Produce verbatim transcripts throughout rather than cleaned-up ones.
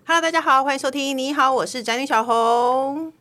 Hello， 大家好，欢迎收听。你好，我是宅女小红。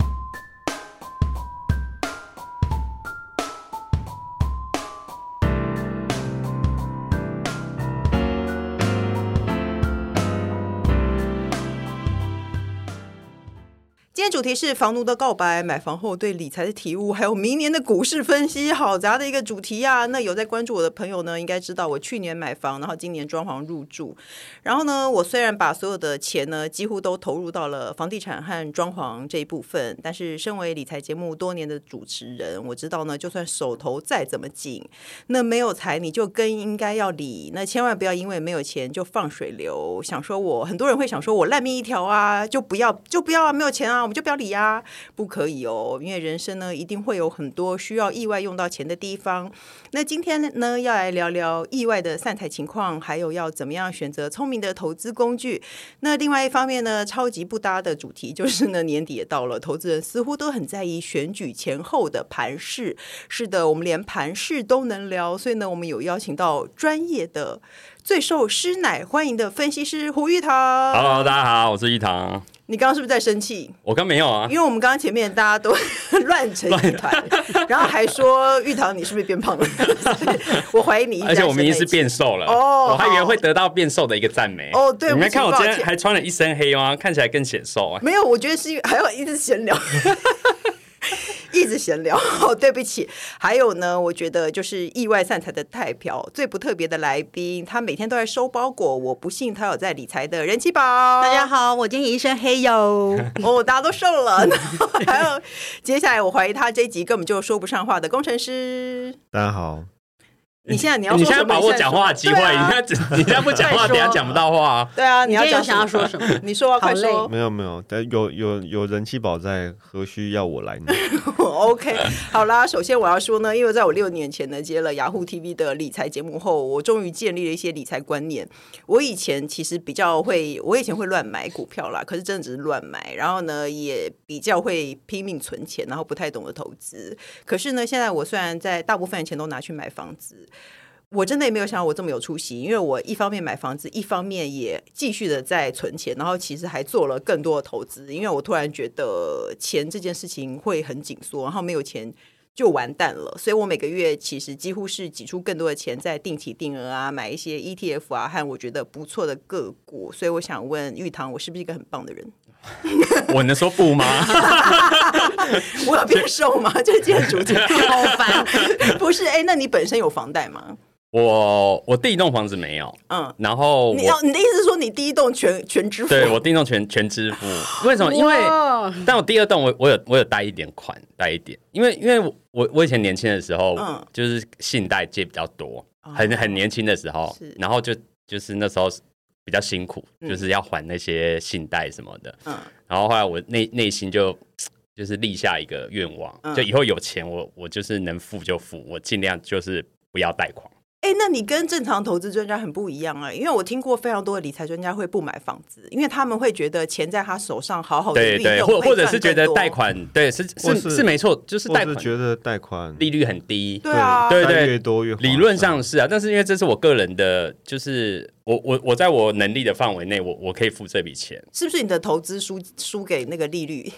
今天主题是房奴的告白、买房后对理财的体悟，还有明年的股市分析，好杂的一个主题啊。那有在关注我的朋友呢，应该知道我去年买房，然后今年装潢入住。然后呢，我虽然把所有的钱呢几乎都投入到了房地产和装潢这一部分，但是身为理财节目多年的主持人，我知道呢，就算手头再怎么紧，那没有财你就更应该要理，那千万不要因为没有钱就放水流，想说我很多人会想说我烂命一条啊，就不要就不要啊，没有钱啊。我们就不要理啊，不可以哦，因为人生呢一定会有很多需要意外用到钱的地方。那今天呢要来聊聊意外的散财情况，还有要怎么样选择聪明的投资工具。那另外一方面呢，超级不搭的主题就是呢年底也到了，投资人似乎都很在意选举前后的盘势。是的，我们连盘势都能聊，所以呢我们有邀请到专业的最受师奶欢迎的分析师胡玉堂。 Hello， 大家好，我是玉堂。 你刚刚是不是在生气？ 我刚没有啊， 因为我们刚刚前面大家都乱成一团，然后还说玉堂你是不是变胖了？我怀疑你一直在生气， 而且我明明是变瘦了哦，我还以为会得到变瘦的一个赞美哦。对， 你们看我今天还穿了一身黑吗？看起来更显瘦啊。 没有，我觉得是还要一直闲聊。一直闲聊、哦、对不起。还有呢，我觉得就是意外散财的代表最不特别的来宾，他每天都在收包裹，我不信他有在理财的人气宝。 大家好，我今天一身黑哟。 哦，大家都瘦了。还有接下来我怀疑他这一集根本就说不上话的工程师。 大家好。 你现在你要说什么？ 你现在把握讲话的机会，啊、你现在你现在不讲话，等一下讲不到话啊。 对啊，你要讲想要说什么？ 你说啊，快说。 没有没有，有有有人气宝在，何须要我来呢 ？OK， 好啦，首先我要说呢，因为在我六年前呢接了雅虎 T V 的理财节目后，我终于建立了一些理财观念。我以前其实比较会，我以前会乱买股票啦，可是真的只是乱买，然后呢也比较会拼命存钱，然后不太懂得投资。可是呢，现在我虽然在大部分的钱都拿去买房子。我真的也没有想到我这么有出息，因为我一方面买房子，一方面也继续的在存钱，然后其实还做了更多的投资，因为我突然觉得钱这件事情会很紧缩，然后没有钱就完蛋了，所以我每个月其实几乎是挤出更多的钱在定期定额啊，买一些 E T F 啊和我觉得不错的个股。所以我想问玉堂，我是不是一个很棒的人？ 我能说不吗？ 我有变瘦吗？就是今天主题好烦。不是，哎，那你本身有房贷吗？ 我我第一栋房子没有，嗯，然后你你的意思是说你第一栋全全支付？ 对，我第一栋全全支付。为什么？因为但我第二栋我我有我有贷一点款，贷一点，因为因为我我以前年轻的时候，嗯，就是信贷借比较多，哦、很很年轻的时候，然后就就是那时候比较辛苦，嗯、就是要还那些信贷什么的，嗯，然后后来我内内心就。就是立下一个愿望，嗯、就以后有钱我我就是能付就付，我尽量就是不要贷款。 哎、欸，那你跟正常投资专家很不一样啊，因为我听过非常多的理财专家会不买房子，因为他们会觉得钱在他手上好好的运用， 对对，或或者是觉得贷款，对，是是 是, 是没错，就是贷款觉得贷款利率很低， 对啊， 对对， 越多越理论上是啊，但是因为这是我个人的，就是我我我在我能力的范围内，我我可以付这笔钱， 是不是你的投资输输给那个利率？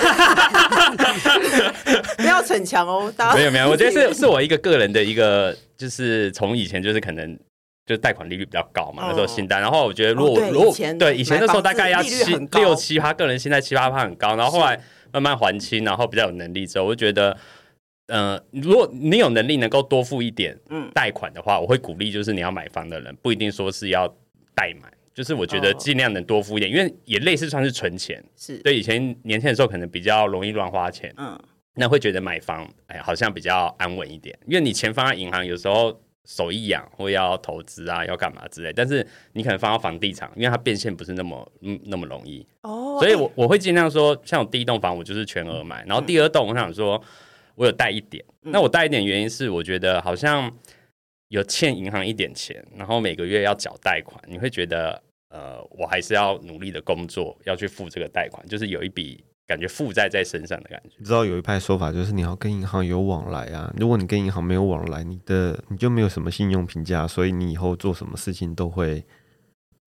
不要逞强哦，大家没有没有，我觉得是是我一个个人的一个，就是从以前就是可能就是贷款利率比较高嘛，哦、那时候信贷，然后我觉得如果、哦、如果对以前的时候大概要七六七趴，个人信贷七八趴很高，然后后来慢慢还清，然后比较有能力之后，我就觉得。呃，如果你有能力能够多付一点贷款的话，嗯、我会鼓励就是你要买房的人，不一定说是要贷买，就是我觉得尽量能多付一点，哦、因为也类似算是存钱。 是对以前年轻的时候可能比较容易乱花钱，嗯，那会觉得买房哎好像比较安稳一点，因为你钱放在银行有时候手一痒或要投资啊要干嘛之类，但是你可能放到房地产，因为它变现不是那么嗯那么容易哦，所以我我会尽量说，像我第一栋房我就是全额买，然后第二栋我想说。我有贷一点，那我贷一点原因是我觉得好像有欠银行一点钱，然后每个月要缴贷款，你会觉得呃，我还是要努力的工作，要去付这个贷款，就是有一笔感觉负债在身上的感觉。 你知道有一派说法就是你要跟银行有往来啊，如果你跟银行没有往来，你的你就没有什么信用评价，所以你以后做什么事情都会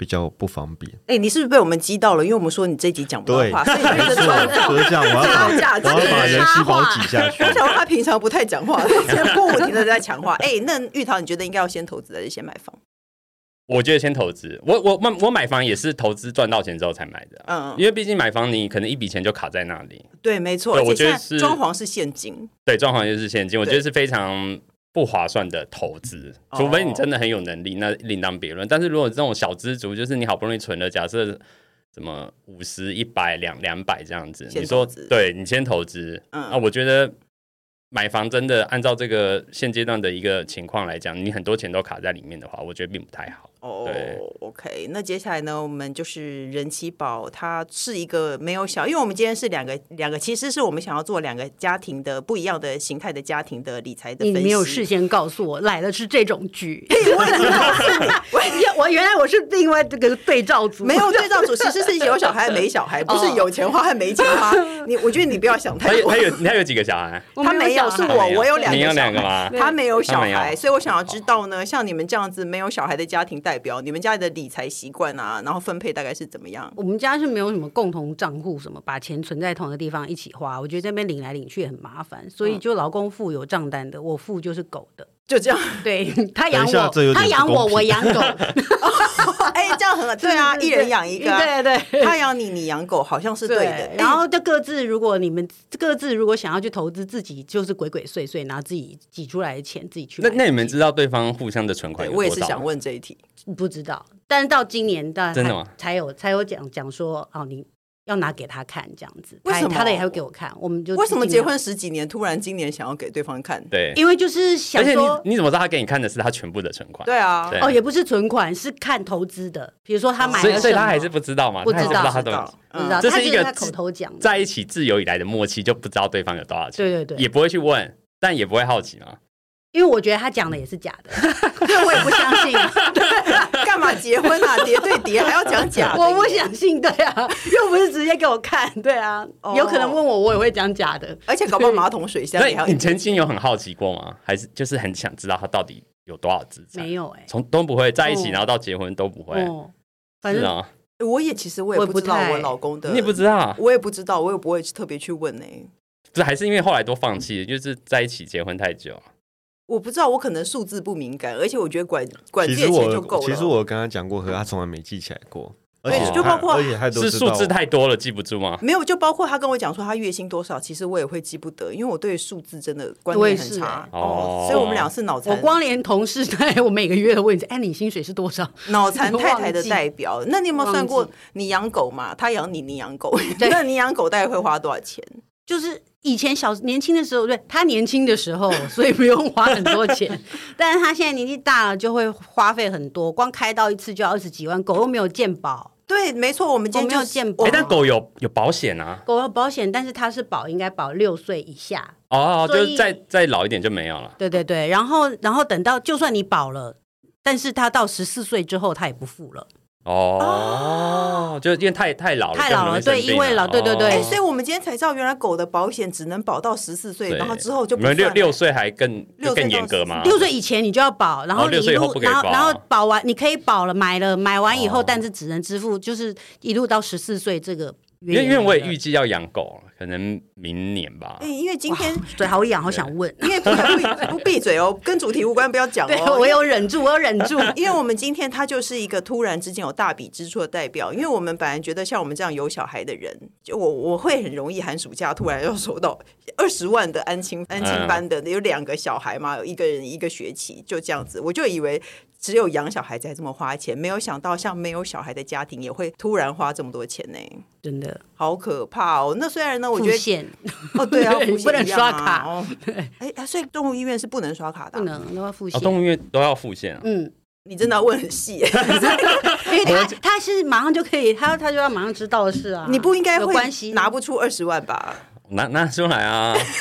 比较不方便。 哎、欸，你是不是被我们激到了？因为我们说你这一集讲不到话，所以没错，就是这样。我要把我要把人气宝挤下去。 我想说他平常不太讲话，现在不停的在强化。哎、欸，那玉桃，你觉得应该要先投资还是先买房？ 我觉得先投资。我我我买房也是投资赚到钱之后才买的、啊，嗯，因为毕竟买房你可能一笔钱就卡在那里。 对，没错。 我觉得是装潢是现金， 对，装潢就是现金，我觉得是非常不划算的投资，除非你真的很有能力，那另当别论。但是如果这种小资族，就是你好不容易存了，假设什么五十、一百、两两百这样子，你说对你先投资，嗯啊，我觉得买房真的按照这个现阶段的一个情况来讲，你很多钱都卡在里面的话，我觉得并不太好。 哦、oh, ，OK， 那接下来呢，我们就是人妻宝，它是一个没有小，因为我们今天是两个两个，其实是我们想要做两个家庭的不一样的形态的家庭的理财的分析。 你没有事先告诉我来的是这种剧，我也告诉你，我原来我是另外这个对照组， 没有对照组，其实是有小孩没小孩，不是有钱花和没钱花。你我觉得你不要想太多。 他有他有几个小孩？ 他没有，是我我有两个小孩， 你有两个吗？ 他没有小孩，所以我想要知道呢，像你们这样子没有小孩的家庭代表，你们家的理财习惯啊，然后分配大概是怎么样？ 我们家是没有什么共同账户，什么把钱存在同一个地方一起花，我觉得这边领来领去很麻烦，所以就老公付有账单的，我付就是狗的， 就这样。 对，他养我，他养我，我养狗。 哎、欸，这样很好。对啊，一人养一个、啊。 对对， 他养你，你养狗，好像是对的。 对，然后就各自，如果你们各自如果想要去投资，自己就是鬼鬼祟祟拿自己挤出来的钱自己去买。 那那你们知道对方互相的存款有多少？ 我也是想问这一题。 不知道，但是到今年的真的吗？ 才有才有讲讲说哦，你要拿给他看这样子。 为什么他的也会给我看？我们就为什么结婚十几年，突然今年想要给对方看？ 对， 因为就是想说， 而且 你, 你怎么知道他给你看的是他全部的存款？ 对啊， 对哦，也不是存款，是看投资的。比如说他买了什么， 所以他还是不知道嘛？ 不知道， 不知道他不知道， 嗯、 他这是一个他口头讲， 在一起自由以来的默契，就不知道对方有多少钱。 对对对， 也不会去问，但也不会好奇嘛。 因为我觉得他讲的也是假的，所以我也不相信。 干嘛结婚啊？叠对叠还要讲假的？ 我不相信，对啊，又不是直接给我看，对啊，哦、有可能问我，我也会讲假的， 而且搞不好马桶水箱。 那你曾经有很好奇过吗？还是就是很想知道他到底有多少资产？ 没有哎、欸， 从都不会在一起，然后到结婚都不会。哦， 反正是啊， 我也其实我也不知道我老公的， 你也不知道， 我也不知道，我也不会特别去问呢、欸。 不是，还是因为后来都放弃了，就是在一起结婚太久。 我不知道，我可能数字不敏感，而且我觉得管管这些钱就够了。 其实我跟他讲过，可他从来没记起来过。而且就包括， 而且他都是数字太多了，记不住吗？ 没有，就包括他跟我讲说他月薪多少，其实我也会记不得，因为我对数字真的观念很差。哦，所以我们俩是脑残。 我光连同事在我每个月都问你，哎，你薪水是多少？ 脑残太太的代表。那你有没有算过，你养狗嘛？他养你，你养狗，那你养狗大概会花多少钱？ 就是以前小年轻的时候，对他年轻的时候，所以不用花很多钱。但是他现在年纪大了，就会花费很多，光开刀一次就要二十几万，狗又没有健保。 对，没错，我们今天没有健保。 哎，但狗有有保险啊， 狗有保险，但是它是保应该保六岁以下。 哦，就是再再老一点就没有了。 对对对，然后然后等到就算你保了，但是他到十四岁之后，他也不付了。 哦，就因为太太老了， 太老了，对，因为老，对对对、 欸，所以我们今天才知道，原来狗的保险只能保到十四岁，然后之后就不算了。 六六岁还更更严格吗？ 六岁以前你就要保，然后你一路， 哦、 然后然后保完你可以保了，买了买完以后，哦、但是只能支付，就是一路到十四岁这个。 因为因为我也预计要养狗，可能明年吧。 哎、欸，因为今天嘴好痒，好想问。 因为不不不闭嘴哦，跟主题无关，不要讲哦。 对，我有忍住，我有忍住。 因为我们今天它就是一个突然之间有大笔支出的代表。因为我们本来觉得像我们这样有小孩的人，就我我会很容易寒暑假突然要收到二十万的安亲安亲班的，有两个小孩嘛，有一个人一个学期，就这样子，我就以为。只有养小孩才这么花钱，没有想到像没有小孩的家庭也会突然花这么多钱呢， 真的好可怕哦。那虽然呢，我觉得付现哦，对啊，付现不能刷卡哦。哎、欸，所以动物医院是不能刷卡的、啊， 不能都要付现、 哦。动物医院都要付现啊。 嗯， 你真的要问很细耶， 因为他他是马上就可以，他他就要马上知道的事啊。 你不应该会关系拿不出二十万吧？ 拿拿出来啊！ 对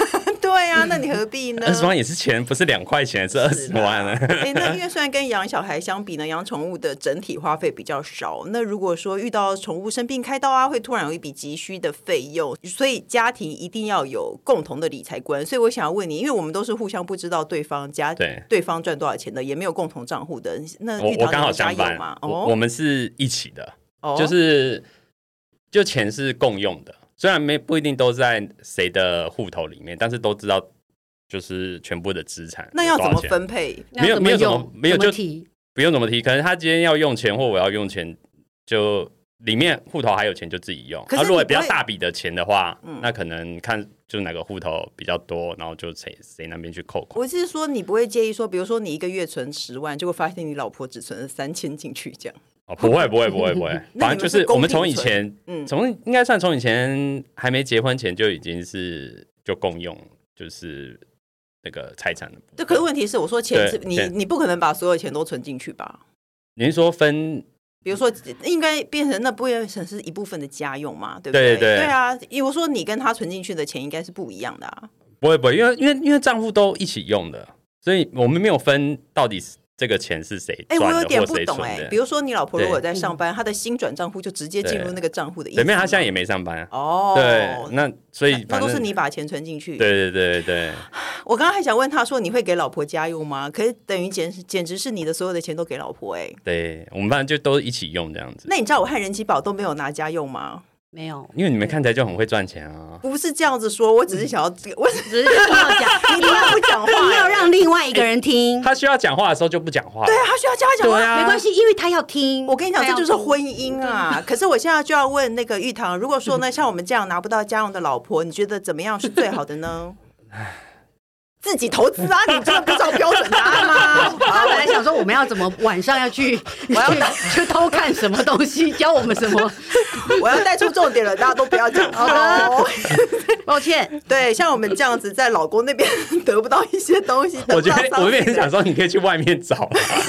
对啊，那你何必呢？ 二十万也是钱，不是两块钱，是二十万呢。 哎，那因为虽然跟养小孩相比呢，养宠物的整体花费比较少。那如果说遇到宠物生病开刀啊，会突然有一笔急需的费用，所以家庭一定要有共同的理财观。所以我想要问你，因为我们都是互相不知道对方家对对方赚多少钱的，也没有共同账户的。那我我刚好相反，哦、我, 我们是一起的，哦、就是就钱是共用的。虽然没不一定都在谁的户头里面，但是都知道就是全部的资产。 那要怎么分配？ 没有没有怎么没有就不用怎么提。可能他今天要用钱或我要用钱，就里面户头还有钱就自己用。可是如果比较大笔的钱的话，嗯、那可能看就哪个户头比较多，然后就谁谁那边去扣款。 我是说你不会介意说，比如说你一个月存十万，结果发现你老婆只存了三千进去这样。 哦、不会不会不会不会，反正就是我们从以前，从、嗯、应该算从以前还没结婚前就已经是就共用，就是那个财产的部分。 对，可是问题是，我说钱是你你不可能把所有钱都存进去吧？ 你是说分？ 比如说，应该变成那不变成是一部分的家用嘛？对不对？ 对对对啊，因为我说你跟他存进去的钱应该是不一样的啊。 不会不会，因为因为因为账户都一起用的，所以我们没有分到底是。这个钱是谁赚的？哎、欸，我有点不懂哎、欸。 比如说，你老婆如果在上班，她的薪转账户就直接进入那个账户的意思。 对，没有，她现在也没上班。 哦， 对，那所以那都是你把钱存进去。 对对对对。 我刚刚还想问他说，你会给老婆家用吗？可是等于简简直是你的所有的钱都给老婆哎、欸。 对，我们反正就都一起用这样子。 那你知道我和人气宝都没有拿家用吗？ 没有， 因为你们看起来就很会赚钱啊！ 不是这样子说，我只是想要，我只是想要讲，你不讲话，你要让另外一个人听。 他需要讲话的时候就不讲话， 对啊，他需要叫他讲话， 啊、没关系，因为他要听。 我跟你讲，这就是婚姻啊！可是我现在就要问那个玉堂，如果说呢，像我们这样拿不到家用的老婆，你觉得怎么样是最好的呢？自己投资啊！你这个不是标准答案吗？ 他本来想说我们要怎么晚上要去，我要去偷看什么东西，教我们什么。 我要带出重点了，大家都不要讲好的，抱歉。 对，像我们这样子在老公那边得不到一些东西， 我觉得我有点想说，你可以去外面找。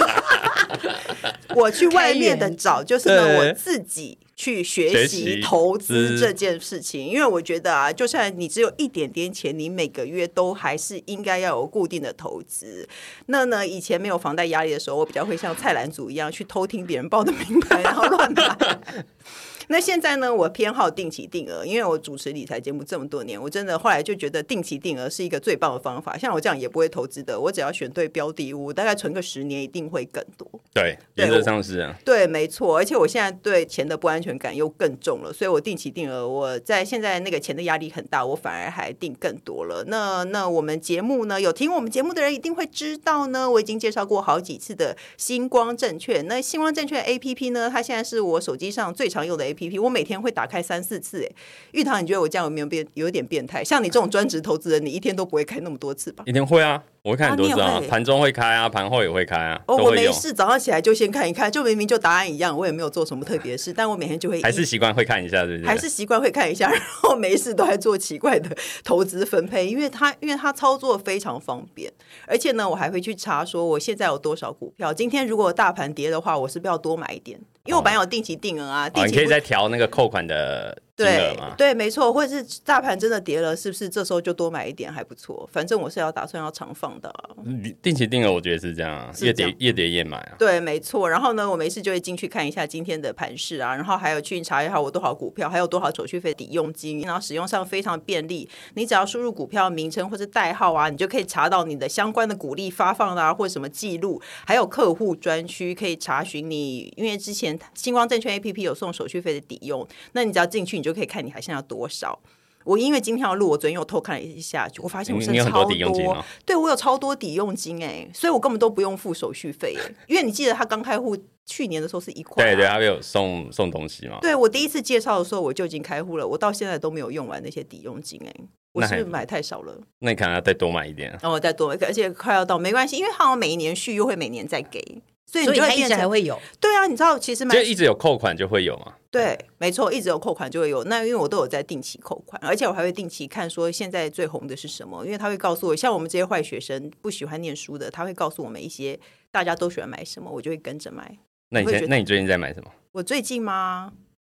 我去外面的找，就是呢我自己去学习投资这件事情，因为我觉得啊，就算你只有一点点钱，你每个月都还是应该要有固定的投资。那呢，以前没有房贷压力的时候，我比较会像菜篮族一样去偷听别人报的名牌，然后乱买。那现在呢，我偏好定期定额，因为我主持理财节目这么多年，我真的后来就觉得定期定额是一个最棒的方法。像我这样也不会投资的，我只要选对标的物，大概存个十年一定会更多。 对，原则上是啊。 对，没错。而且我现在对钱的不安全感又更重了，所以我定期定额，我在现在那个钱的压力很大，我反而还定更多了。那那我们节目呢，有听我们节目的人一定会知道呢，我已经介绍过好几次的星光证券。那星光证券 A P P 呢，它现在是我手机上最常用的 A P P， 我每天会打开三四次。哎，玉堂，你觉得我这样有没有变有点变态？像你这种专职投资人，你一天都不会开那么多次吧？ 一天会啊，我会看很多次啊，盘中会开啊，盘后也会开啊。 哦，我没事，早上起来就先看一看，就明明就答案一样，我也没有做什么特别的事，但我每天就会还是习惯会看一下，对不对？ 还是习惯会看一下，然后没事都还做奇怪的投资分配，因为他因为他操作非常方便，而且呢，我还会去查说我现在有多少股票，今天如果大盘跌的话，我是不是要多买一点？因为我本来有定期定额啊，定期哦、你可以再调那个扣款的金额吗？ 对对，没错，或者是大盘真的跌了，是不是这时候就多买一点还不错？反正我是要打算要长放的、啊。 定期定额我觉得是这样啊，越跌越跌越买啊。 对，没错。然后呢，我没事就会进去看一下今天的盘势啊，然后还有去查一下我多少股票，还有多少手续费抵用金，然后使用上非常便利。你只要输入股票名称或是代号啊，你就可以查到你的相关的股利发放啊，或者什么记录，还有客户专区可以查询你，因为之前星光证券 A P P 有送手续费的抵用，那你只要进去，你就可以看你还剩下多少。我因为今天要录，我昨天又偷看了一下，我发现我剩超多，你有很多抵用金哦。对，我有超多抵用金哎，所以我根本都不用付手续费哎，因为你记得他刚开户去年的时候是一块、啊， 对对，他有送送东西嘛。 对，我第一次介绍的时候我就已经开户了，我到现在都没有用完那些抵用金哎，我是不是买太少了？ 那你可能要再多买一点， 然后、哦、再多，而且快要到没关系，因为好像每一年续又会每年再给。所以你就会一直还会有， 对啊，你知道其实买就一直有扣款就会有嘛， 对，没错，一直有扣款就会有。那因为我都有在定期扣款，而且我还会定期看说现在最红的是什么，因为他会告诉我，像我们这些坏学生不喜欢念书的，他会告诉我们一些大家都喜欢买什么，我就会跟着买。 那你现那你最近在买什么？ 我最近吗？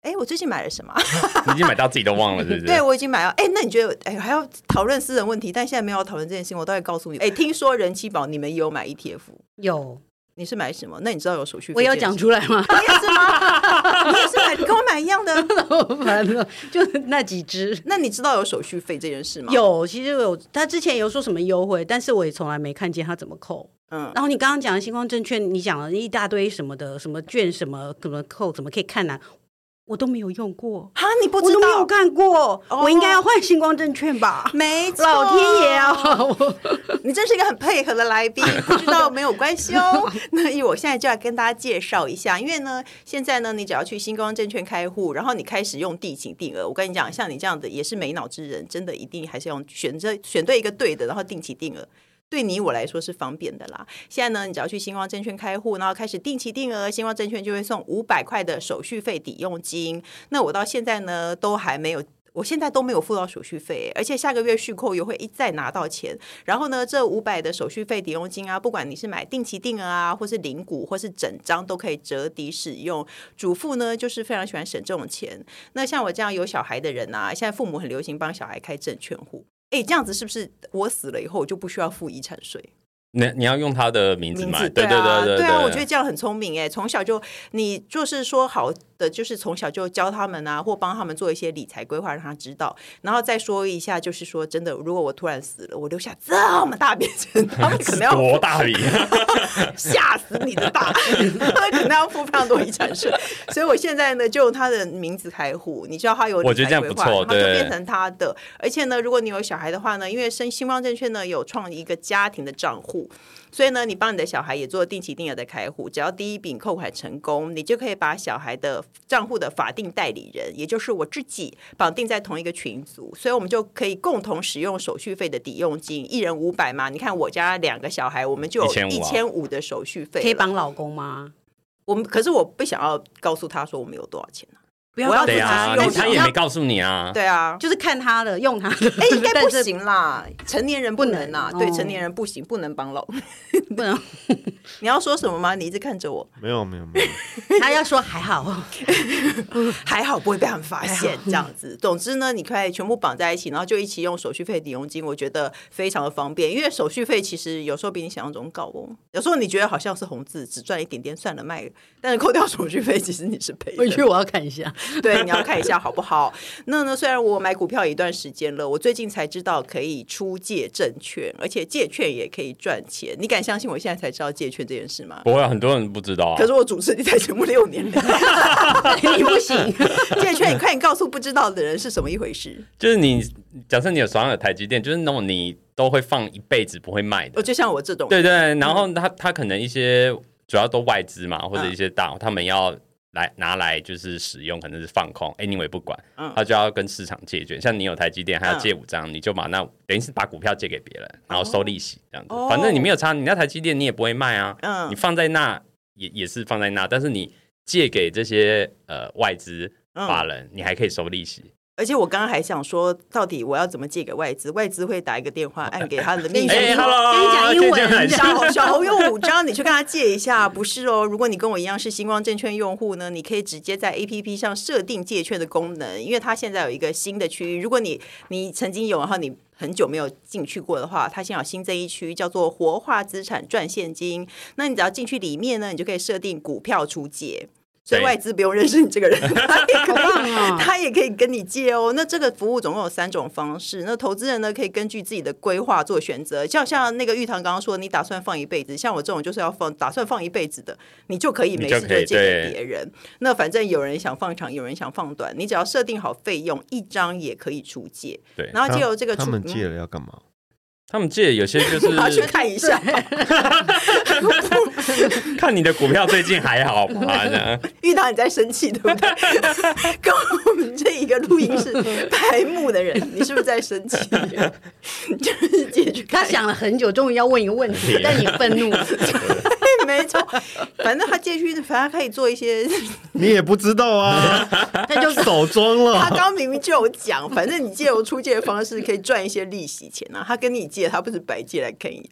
哎，我最近买了什么？ 你已经买到自己都忘了，是不是？ 对，我已经买了。哎，那你觉得，哎，还要讨论私人问题，但现在没有讨论这件事情，我都会告诉你。哎，听说人气宝你们也有买 E T F， 有。 你是买什么？那你知道有手续费？ 我有讲出来吗？ 你也是吗？你也是买，跟我买一样的。 反正就是那几只。 那你知道有手续费这件事吗？ 有，其实有。他之前有说什么优惠，但是我也从来没看见他怎么扣。嗯，然后你刚刚讲的星光证券，你讲了一大堆什么的，什么券什么怎么扣，怎么可以看呢、啊？我都没有用过哈，你不知道？ 我都没有看过，哦、我应该要换星光证券吧？ 没错， 老天爷啊！ 你真是一个很配合的来宾，不知道没有关系哦。那因为我现在就要跟大家介绍一下，因为呢，现在呢，你只要去星光证券开户，然后你开始用定期定额。我跟你讲，像你这样的也是没脑之人，真的一定还是用选择选对一个对的，然后定期定额。对你我来说是方便的啦。现在呢，你只要去星光证券开户，然后开始定期定额，星光证券就会送五百块的手续费抵用金。那我到现在呢都还没有，我现在都没有付到手续费，而且下个月续扣又会一再拿到钱。然后呢，这五百的手续费抵用金啊，不管你是买定期定额啊，或是零股，或是整张，都可以折抵使用。主妇呢，就是非常喜欢省这种钱。那像我这样有小孩的人啊，现在父母很流行帮小孩开证券户。哎，这样子是不是我死了以后我就不需要付遗产税？ 你你要用他的名字买， 对对对对对啊，我觉得这样很聪明哎，从小就你就是说好的，就是从小就教他们啊，或帮他们做一些理财规划，让他知道。然后再说一下，就是说真的，如果我突然死了，我留下这么大笔钱，他们可能要多大笔， 吓死你的大，他们可能要付非常多遗产税。所以我现在呢，就用他的名字开户，你知道他有理财规划，他就变成他的。而且呢，如果你有小孩的话呢，因为星光证券呢有创一个家庭的账户。所以呢，你帮你的小孩也做定期定额的开户，只要第一笔扣款成功，你就可以把小孩的账户的法定代理人，也就是我自己，绑定在同一个群组，所以我们就可以共同使用手续费的抵用金，一人五百嘛。你看我家两个小孩，我们就有一千五的手续费。 可以帮老公吗？ 我们可是我不想要告诉他说我们有多少钱啊。 不要我要对啊，他也没告诉你啊。 对啊， 就是看他的，用他的。 哎，应该不行啦，成年人不能啦。对，成年人不行，不能帮老， 不能。 你要说什么吗？你一直看着我。 没有没有没有。 他要说还好， 还好不会被他们发现这样子。总之呢，你可以全部绑在一起，然后就一起用手续费抵用金，我觉得非常的方便。因为手续费其实有时候比你想象中高哦。有时候你觉得好像是红字，只赚一点点算了卖了，但是扣掉手续费，其实你是赔的。 回去我要看一下。 对，你要看一下好不好？那呢，虽然我买股票一段时间了，我最近才知道可以出借证券，而且借券也可以赚钱。你敢相信我现在才知道借券这件事吗？ 不会，很多人不知道啊。 可是我主持理财节目六年了， 你不行。 借券，你快点告诉不知道的人是什么一回事？ 就是你假设你有手上有台积电，就是那种你都会放一辈子不会卖的， 就像我这种。 对对，然后他他可能一些主要都外资嘛，或者一些大、嗯、他们要。来拿来就是使用，可能是放空 anyway 不管、嗯、他就要跟市场借券，像你有台积电还要借五张、嗯、你就把那等于是把股票借给别人，然后收利息这样子、哦、反正你没有差，你那台积电你也不会卖啊、嗯、你放在那 也, 也是放在那，但是你借给这些呃外资法人、嗯、你还可以收利息。 而且我刚刚还想说，到底我要怎么借给外资？外资会打一个电话，按给他的秘书， 跟你讲英文。 小小红有五张，你去跟他借一下。不是哦，如果你跟我一样是星光证券用户呢，你可以直接在 A P P 上设定借券的功能，因为它现在有一个新的区域。如果你你曾经有，然后你很久没有进去过的话，它现在有新增一区叫做活化资产赚现金。那你只要进去里面呢，你就可以设定股票出借。所以外资不用认识你这个人，他也可以，他也可以跟你借哦。那这个服务总共有三种方式。那投资人呢，可以根据自己的规划做选择。像像那个玉堂刚刚说，你打算放一辈子，像我这种就是要放打算放一辈子的，你就可以没事就借给别人。那反正有人想放长，有人想放短，你只要设定好费用，一张也可以出借。 对， 然后借由这个他们借了要干嘛？ 他们借有些就是拿去看一下， 看你的股票最近还好吗？ 遇到你在生气对不对？跟我们这一个录音室排幕的人，你是不是在生气？就是借去看， 他想了很久，终于要问一个问题，但你愤怒。 没错，反正他借去，反正他可以做一些， 你也不知道啊，他就手装了。 他刚刚明明就有讲，反正你借由出借的方式可以赚一些利息钱啊，他跟你借，他不是白借来看一眼。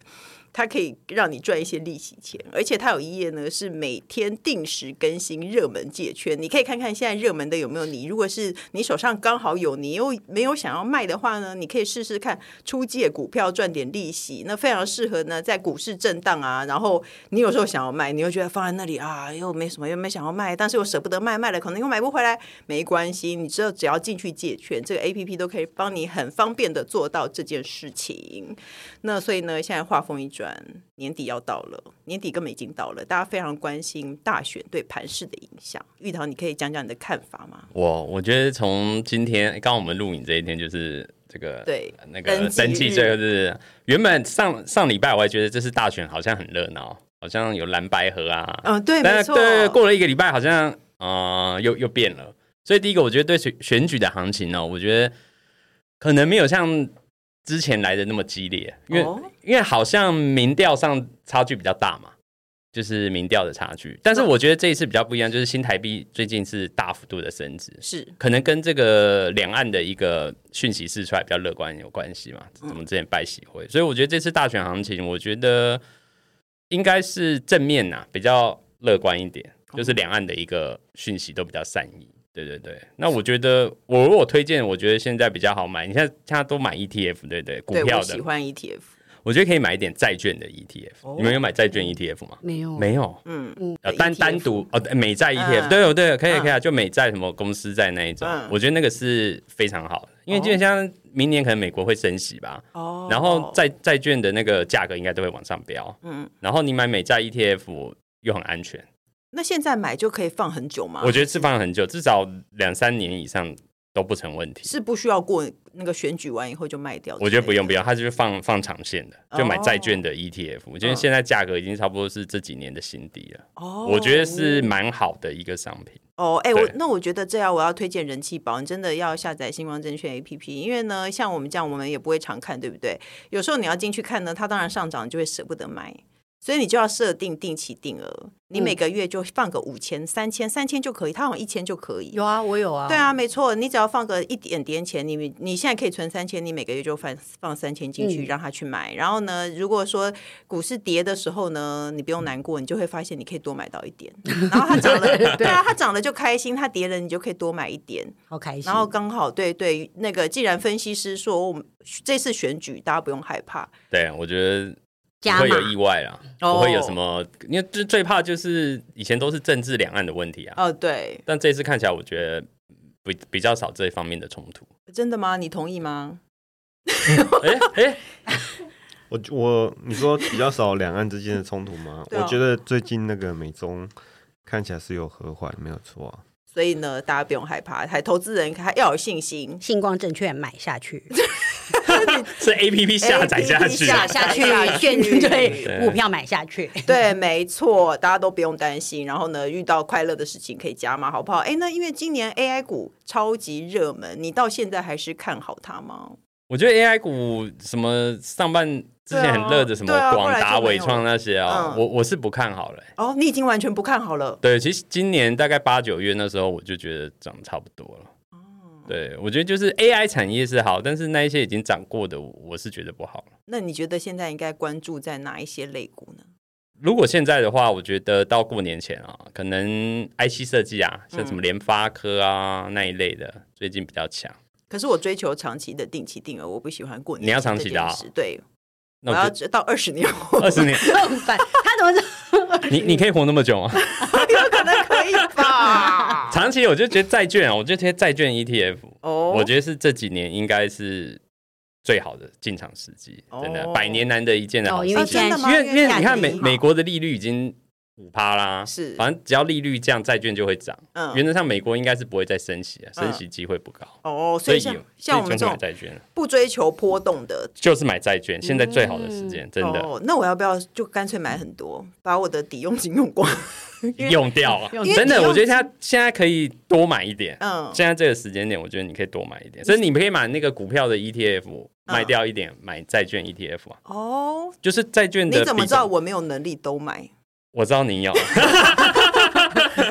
它可以让你赚一些利息钱，而且它有一页呢是每天定时更新热门借券，你可以看看现在热门的有没有你。如果是你手上刚好有，你又没有想要卖的话呢，你可以试试看出借股票赚点利息，那非常适合呢在股市震荡啊，然后你有时候想要卖，你又觉得放在那里啊又没什么，又没想要卖，但是又舍不得卖，卖了可能又买不回来，没关系，你知道只要进去借券，这个 A P P 都可以帮你很方便的做到这件事情。那所以呢，现在话锋一转，年底要到了，年底根本已经到了，大家非常关心大选对盘势的影响。玉桃，你可以讲讲你的看法吗？ 我我觉得从今天刚刚我们录影这一天，就是这个对那个登记这个日，原本上上礼拜我还觉得这次大选好像很热闹，好像有蓝白合啊， 嗯，对， 但没错， 对，过了一个礼拜好像呃又又变了。所以第一个，我觉得对选选举的行情呢，我觉得可能没有像之前来的那么激烈，因为、哦、因为好像民调上差距比较大嘛，就是民调的差距。但是我觉得这一次比较不一样，就是新台币最近是大幅度的升值， 是可能跟这个两岸的一个讯息释出来比较乐观有关系嘛。我们之前拜习会，所以我觉得这次大选行情，我觉得应该是正面呐、啊，比较乐观一点，就是两岸的一个讯息都比较善意。对对对，那我觉得我如果推荐，我觉得现在比较好买。你看，现在都买 E T F， 对不对？股票的， 对，我喜欢 E T F。 我觉得可以买一点债券的 E T F。哦、你们有买债券 E T F 吗？ 没有， 没有。 嗯嗯，单单独哦，美债 E T F，、嗯、对对，可以可以啊，就美债什么公司债那一种、嗯，我觉得那个是非常好的，因为基本上明年可能美国会升息吧。哦。然后债债券的那个价格应该都会往上飙。嗯。然后你买美债 E T F 又很安全。 那现在买就可以放很久吗？ 我觉得是放很久，至少两三年以上都不成问题。 是不需要过那个选举完以后就卖掉？ 我觉得不用不用，它就是放放长线的，就买债券的 E T F、哦。我觉得现在价格已经差不多是这几年的新低了。哦，我觉得是蛮好的一个商品。 哦，哎、欸，我那我觉得这样我要推荐人气宝，你真的要下载星光证券 A P P， 因为呢，像我们这样我们也不会常看，对不对？有时候你要进去看呢，它当然上涨，你就会舍不得买。所以你就要设定定期定额，你每个月就放个五千、三千、三千就可以，它好像一千就可以。 有啊，我有啊。 对啊，没错，你只要放个一点点钱，你你现在可以存三千，你每个月就放放三千进去，让他去买、嗯。然后呢，如果说股市跌的时候呢，你不用难过，你就会发现你可以多买到一点。然后它涨了，对啊，它涨了就开心；它跌了，你就可以多买一点， 好开心。 然后刚好对对，那个既然分析师说我们这次选举大家不用害怕， 对，我觉得。不会有意外啦，不会有什么，因为最怕就是以前都是政治两岸的问题啊。 哦，对。 但这次看起来，我觉得比比较少这一方面的冲突。 真的吗？你同意吗？ 哎哎、欸， 我我你说比较少两岸之间的冲突吗？我觉得最近那个美中看起来是有和缓，没有错啊。 所以呢，大家不用害怕，还投资人还要有信心。 星光证券买下去。 是 A P P 下载下去， 下下去，券对股票买下去， 对，没错，大家都不用担心。然后呢，遇到快乐的事情可以加码，好不好？哎，那因为今年 A I 股超级热门，你到现在还是看好它吗？ 我觉得 A I 股什么上半之前很热的什么广达、伟创那些啊、嗯，我我是不看好了、欸。 哦，你已经完全不看好了？ 对，其实今年大概八九月那时候，我就觉得涨差不多了。对，我觉得就是 A I 产业是好，但是那一些已经涨过的，我是觉得不好了。 那你觉得现在应该关注在哪一些类股呢？ 如果现在的话，我觉得到过年前啊，可能 I C 设计啊，像什么联发科啊、嗯、那一类的，最近比较强。 可是我追求长期的定期定额，我不喜欢过年。 你要长期的啊？ 对，我要到二十年后。 二十年， 他怎么？ 你你可以活那么久吗？ 有可能可以吧。 长期我就觉得债券啊，我就觉得债券 E T F，、oh. 我觉得是这几年应该是最好的进场时机，真的、oh. 百年难得一见的好时机。 哦、因为现在因为因为你看美美国的利率已经五趴啦， 是， 反正只要利率降，债券就会涨。嗯，原则上美国应该是不会再升息啊，升息机会不高。 哦、嗯，所以像像我们这种不追求波动的， 就是买债券，现在最好的时间、嗯，真的、 哦。那我要不要就干脆买很多，把我的抵用金用光？ 用掉啊！真的，我觉得他现在可以多买一点。嗯，现在这个时间点，我觉得你可以多买一点。所以你可以买那个股票的 E T F，、嗯、卖掉一点，买债券 E T F 啊。哦，就是债券的。 你怎么知道我没有能力都买？ 我知道你有。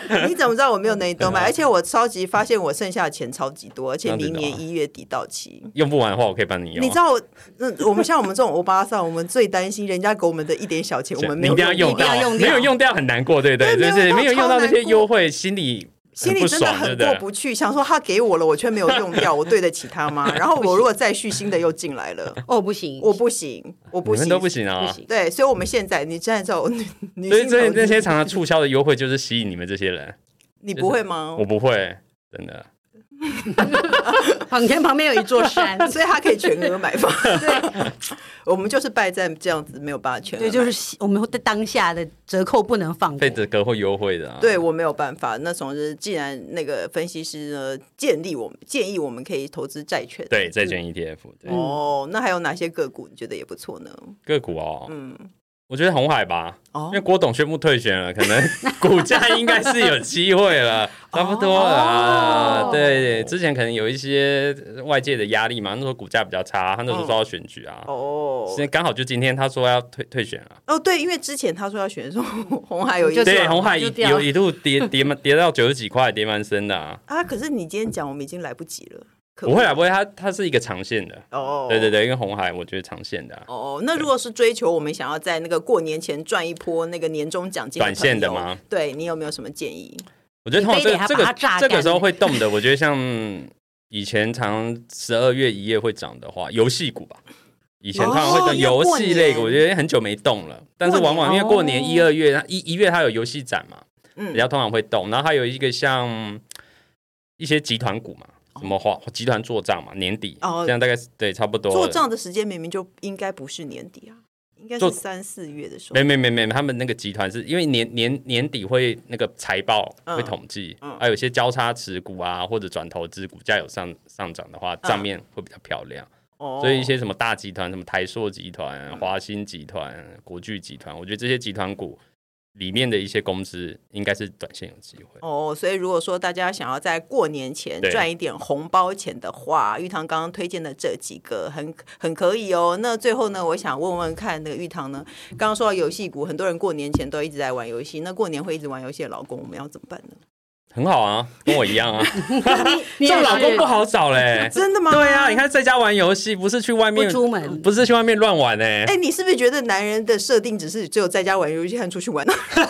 你怎么知道我没有内兜买？而且我超级发现我剩下的钱超级多，而且明年一月底到期， 用不完的话我可以帮你用。 你知道我，那我们像我们这种欧巴桑，我们最担心人家给我们的一点小钱，我们没有用掉，没有用掉很难过，对不对？就是没有用到那些优惠，心里。 心里真的很过不去，想说他给我了，我却没有用掉，我对得起他吗？然后我如果再续新的又进来了， 哦，不行， 我不行，我不行， 你们都不行啊！ 对，所以我们现在，你现在知道， 所以这那些常常促销的优惠就是吸引你们这些人， 你不会吗？ 我不会，真的。 旁边旁边有一座山， 所以他可以全额买房。对，我们就是败在这样子没有办法全额买。 对，就是我们在当下的折扣不能放过， 被折扣或优惠的、啊。 对我没有办法。那总之，既然那个分析师呢建议我们建议我们可以投资债券， 对债券 E T F 对。 哦，那还有哪些个股你觉得也不错呢？ 个股哦，嗯。我觉得鸿海吧，哦、因为郭董宣布退选了，可能股价应该是有机会了，差不多了、啊。哦、对对，之前可能有一些外界的压力嘛，那时候股价比较差，他那时候说要选举啊。哦，现在刚好就今天他说要退退选了。 哦，对，因为之前他说要选的时候，鸿海有一对鸿海有一度跌跌跌到九十几块，跌蛮深的啊。 啊，可是你今天讲，我们已经来不及了。 不会啊，不会，它它是一个长线的哦。对对对，因为鸿海我觉得长线的、啊、 哦。那如果是追求我们想要在那个过年前赚一波那个年终奖金的短线的吗？ 对你有没有什么建议？ 我觉得通常这个这个这个时候会动的，我觉得像以前常十二月一月会涨的话，游戏股吧。以前通常会动游戏类股，我觉得很久没动了。但是往往因为过年一二月一一月它有游戏展嘛，嗯，比较通常会动。然后还有一个像一些集团股嘛。什么华集团做账嘛，年底，哦、这样大概对差不多。 做账的时间明明就应该不是年底啊，应该是三四月的时候。 没没没没，他们那个集团是因为年年年底会那个财报会统计，还、嗯嗯、有一些交叉持股啊或者转投资股价有上上涨的话，账面会比较漂亮。嗯、所以一些什么大集团，什么台塑集团、华兴集团、国巨集团，我觉得这些集团股。里面的一些公司应该是短线有机会哦，所以如果说大家想要在过年前赚一点红包钱的话，玉堂刚刚推荐的这几个很很可以哦。那最后呢，我想问问看，那个玉堂呢，刚刚说到游戏股，很多人过年前都一直在玩游戏，那过年会一直玩游戏的老公，我们要怎么办呢？ 很好啊，跟我一样啊。这种老公不好找嘞， 真的吗？ 对啊，你看在家玩游戏，不是去外面不出门， 不是去外面乱玩哎、欸。 哎、欸，你是不是觉得男人的设定只是只有在家玩游戏和出去玩？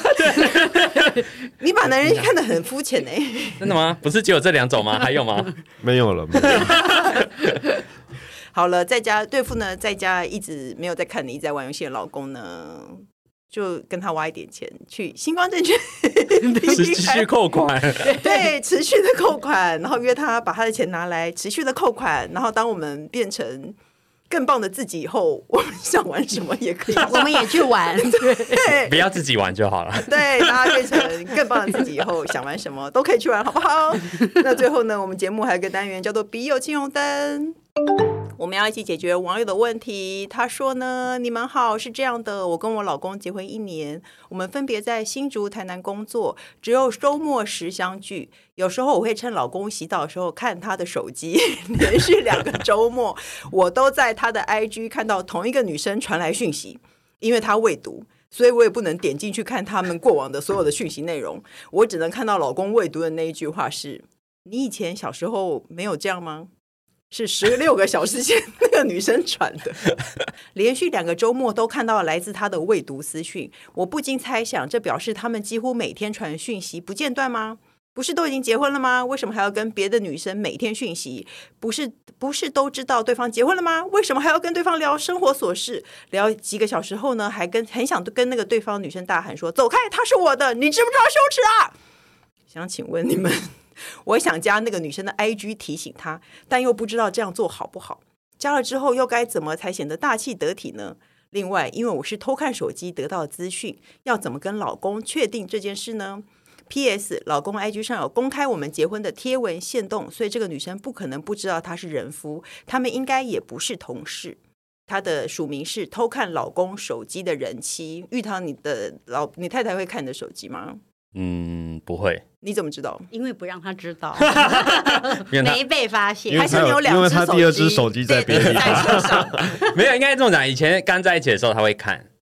你把男人看得很肤浅哎。 真的吗？不是只有这两种吗？还有吗？ 没有了。没有了好了，在家对付呢，在家一直没有在看你，一直在玩游戏的老公呢？就跟他挖一点钱去星光证券持续扣款， 对，持续的扣款，然后约他把他的钱拿来持续的扣款，然后当我们变成更棒的自己以后，我们想玩什么也可以， 我们也去玩， 对， 不要自己玩就好了。 对，大家变成更棒的自己以后，想玩什么都可以去玩，好不好？那最后呢，我们节目还有一个单元叫做笔友青红灯。我们要一起解决网友的问题。他说呢，你们好，是这样的，我跟我老公结婚一年，我们分别在新竹、台南工作，只有周末时相聚。有时候我会趁老公洗澡的时候看他的手机，连续两个周末，我都在他的 I G 看到同一个女生传来讯息，因为他未读。所以我也不能点进去看他们过往的所有的讯息内容，我只能看到老公未读的那一句话是：你以前小时候没有这样吗？是十六个小时前那个女生传的。连续两个周末都看到来自她的未读私讯，我不禁猜想，这表示他们几乎每天传讯息不间断吗？不是都已经结婚了吗？为什么还要跟别的女生每天讯息？不是不是都知道对方结婚了吗？为什么还要跟对方聊生活琐事？聊几个小时后呢，还跟很想跟那个对方女生大喊说：走开，他是我的，你知不知道羞耻啊？想请问你们，我想加那个女生的 I G 提醒她，但又不知道这样做好不好，加了之后又该怎么才显得大气得体呢？另外，因为我是偷看手机得到的资讯，要怎么跟老公确定这件事呢？ P S 老公 I G 上有公开我们结婚的贴文限动，所以这个女生不可能不知道他是人夫，他们应该也不是同事。她的署名是偷看老公手机的人妻。玉堂，你的老你太太会看你的手机吗？ 嗯，不会。 你怎么知道？ 因为不让他知道，没被发现。 还是你有两只手机？ 因为他第二只手机在别地， 在车上。 没有，应该这么讲。以前刚在一起的时候，他会看。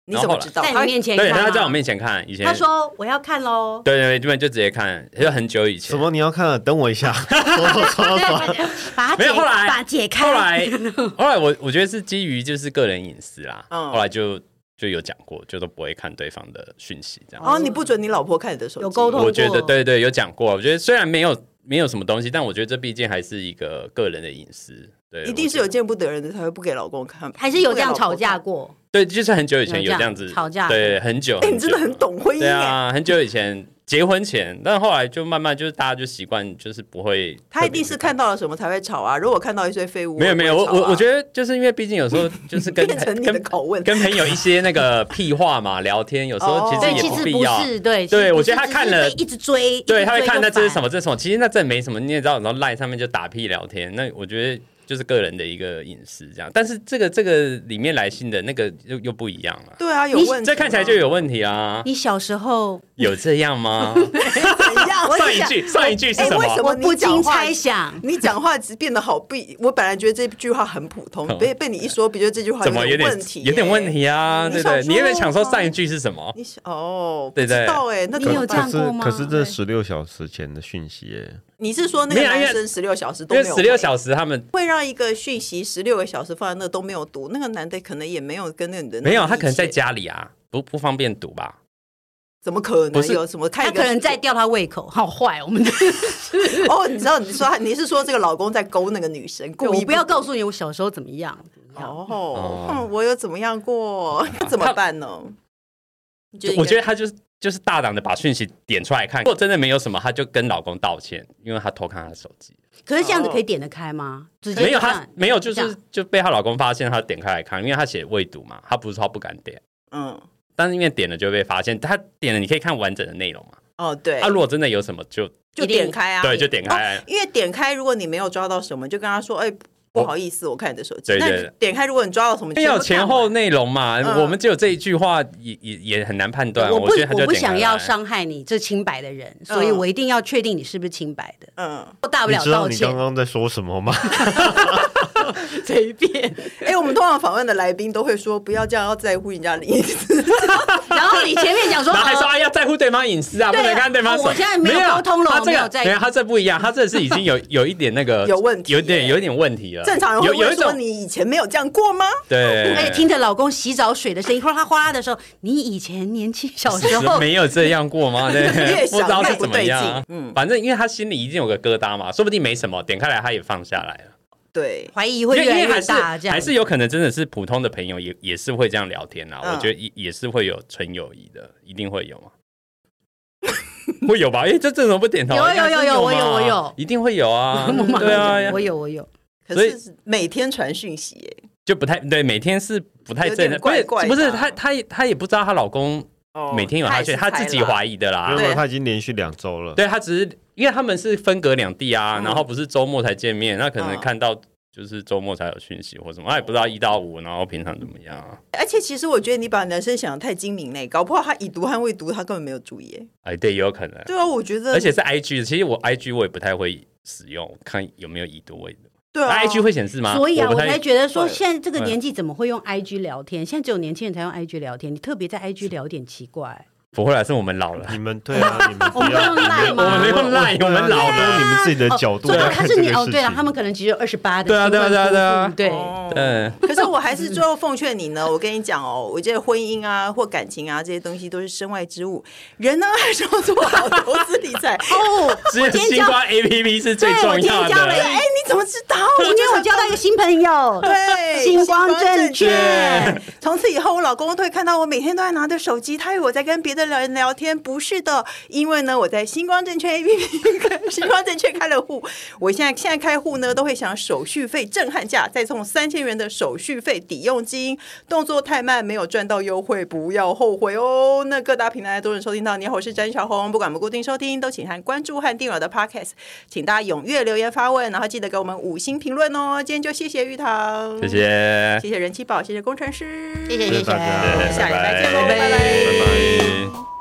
你怎么知道？ 在你面前看？ 对，他在我面前看。以前他说我要看喽。 对对对，这边就直接看，就很久以前。 什么你要看？等我一下。 把没有后来把解开。 后来后来我我觉得是基于就是个人隐私啦。嗯、后来就就有讲过，就都不会看对方的讯息这样。 哦，你不准你老婆看你的手机？ 有沟通过？ 我觉得对对有讲过。我觉得虽然没有没有什么东西，但我觉得这毕竟还是一个个人的隐私。对， 一定是有见不得人的才会不给老公看， 还是有这样吵架过？ 对，就是很久以前有这样子吵架， 对，很久。 哎、欸，你真的很懂婚姻。 对啊，很久以前结婚前，但后来就慢慢就是大家就习惯，就是不会。 他一定是看到了什么才会吵啊！如果看到一堆废物， 没有没有，我我我觉得就是因为毕竟有时候就是跟变成你的口吻， 跟朋友一些那个屁话嘛聊天，有时候其实也不必要。 是对对，我觉得他看了一直追， 对，他会看那这是什么这是什么，其实那真没什么，你也知道，然后 LINE 上面就打屁聊天，那我觉得。就是个人的一个隐私这样，但是这个这个里面来信的那个又又不一样了。 对啊，有问题， 这看起来就有问题啊！ 你小时候有这样吗？ 怎样？ 上一句上一句是什么？ 欸、为什么我不禁猜想， 你讲话只变得好闭。我本来觉得这句话很普通，被被你一说，比觉得这句话有点问题、欸， 有点问题啊，对不对？你有没有想说上一句是什么？ 你哦， 对对， 不知道哎、欸，那你有这样过吗？ 可是这十六小时前的讯息哎。 你是说那个男生十六小时都没有？ 因为十六小时他们会让一个讯息十六个小时放在那都没有读，那个男的可能也没有跟那个女的没有，他可能在家里啊，不不方便读吧？ 怎么可能有什么看？ 他可能在吊他胃口，好坏我们哦，你知道你说你是说这个老公在勾那个女生，故意我不要告诉你我小时候怎么样。 哦，哦嗯、我有怎么样过？怎么办呢？ 我觉得他就是。就是大胆的把讯息点出来看，如果真的没有什么，他就跟老公道歉，因为他偷看他的手机。 可是这样子可以点得开吗？直接没有，他没有，就是就被她老公发现，他点开来看，因为他写未读嘛，他不是说他不敢点，嗯，但是因为点了就会被发现，他点了你可以看完整的内容嘛。 哦，对， 他、啊、如果真的有什么就就点开啊， 对，就点开、 哦，因为点开，如果你没有抓到什么，就跟他说，哎、欸。不好意思，我看你的手机。 对对对， 那点开，如果你抓到什么， 要有前后内容嘛。嗯、我们只有这一句话也，也也很难判断。 我不， 我, 觉得他就我不想要伤害你这清白的人，嗯、所以我一定要确定你是不是清白的。嗯，大不了道歉。 你知道你刚刚在说什么吗？ 随便。哎、欸，我们通常访问的来宾都会说，不要这样，要在乎人家的隐私。 然后你前面讲说， 然后还说啊，要在乎对方隐私啊，不能看对方手。 我现在没有沟通了， 他这个没有，他这不一样，他这是已经有有一点那个有问题， 有点有点问题了。 正常人会问说，你以前没有这样过吗？ 对。 而且听着老公洗澡水的声音，哗啦哗啦的时候，你以前年轻小时候没有这样过吗？对，不知道是怎么样。 嗯， 反正因为他心里一定有个疙瘩嘛，说不定没什么，点开来他也放下来了。 对， 怀疑会越来越大，这样还是有可能真的是普通的朋友也也是会这样聊天啊。嗯、我觉得也也是会有纯友谊的，一定会有啊。会有吧？哎、欸，这这怎么不点头？ 有有有有，我有我有， 一定会有啊。对啊， 我有我有。 可是每天传讯息、欸， 就不太对，每天是不太正常。 怪怪不是不是，她她她也不知道她老公每天有她讯，她自己怀疑的啦。 因为她已经连续两周了。 对，她只是因为他们是分隔两地啊，嗯、然后不是周末才见面，那可能看到。就是周末才有讯息或什么，他也不知道一到五，然后平常怎么样啊？ 而且其实我觉得你把男生想得太精明嘞，搞不好他已读和未读，他根本没有注意。 哎，对，也有可能。 对啊，我觉得， 而且是 I G， 其实我 I G 我也不太会使用，看有没有已读未读。 对啊 ，I G 会显示吗？ 所以啊，我, 我才觉得说，现在这个年纪怎么会用 I G 聊天？现在只有年轻人才用 I G 聊天，你特别在 I G 聊点奇怪。 不会啦，是我们老了。 你们对啊，你们我们用赖吗？ 我们没用赖，我们老了。 你们自己的角度来看这个事情。 哦，对了，他们可能只有二十八的。 对啊，对啊，对啊，对啊， 对对。 可是我还是最后奉劝你呢，我跟你讲哦，我觉得婚姻啊或感情啊这些东西都是身外之物，人呢还是要做好投资理财。 哦， 只有星光 A P P 是最重要的。 哎，你怎么知道？ 今天我交到一个新朋友， 对， 星光证券。 从此以后，我老公都会看到我每天都在拿着手机，他以为我在跟别的人聊天。不是的，因为呢，我在星光证券 A P P 星光证券开了户，我现在现在开户呢，都会享手续费震撼价，再送三千元的手续费抵用金。动作太慢，没有赚到优惠，不要后悔哦。那各大平台都能收听到。你好，我是詹小红，不管我们固定收听，都请按关注和订阅我的 Podcast， 请大家踊跃留言发问，然后记得给我们五星评论哦。今天就谢谢玉堂， 谢谢， 谢谢人气宝，谢谢工程师， 谢谢谢谢， 下礼拜见喽，拜拜。 拜拜。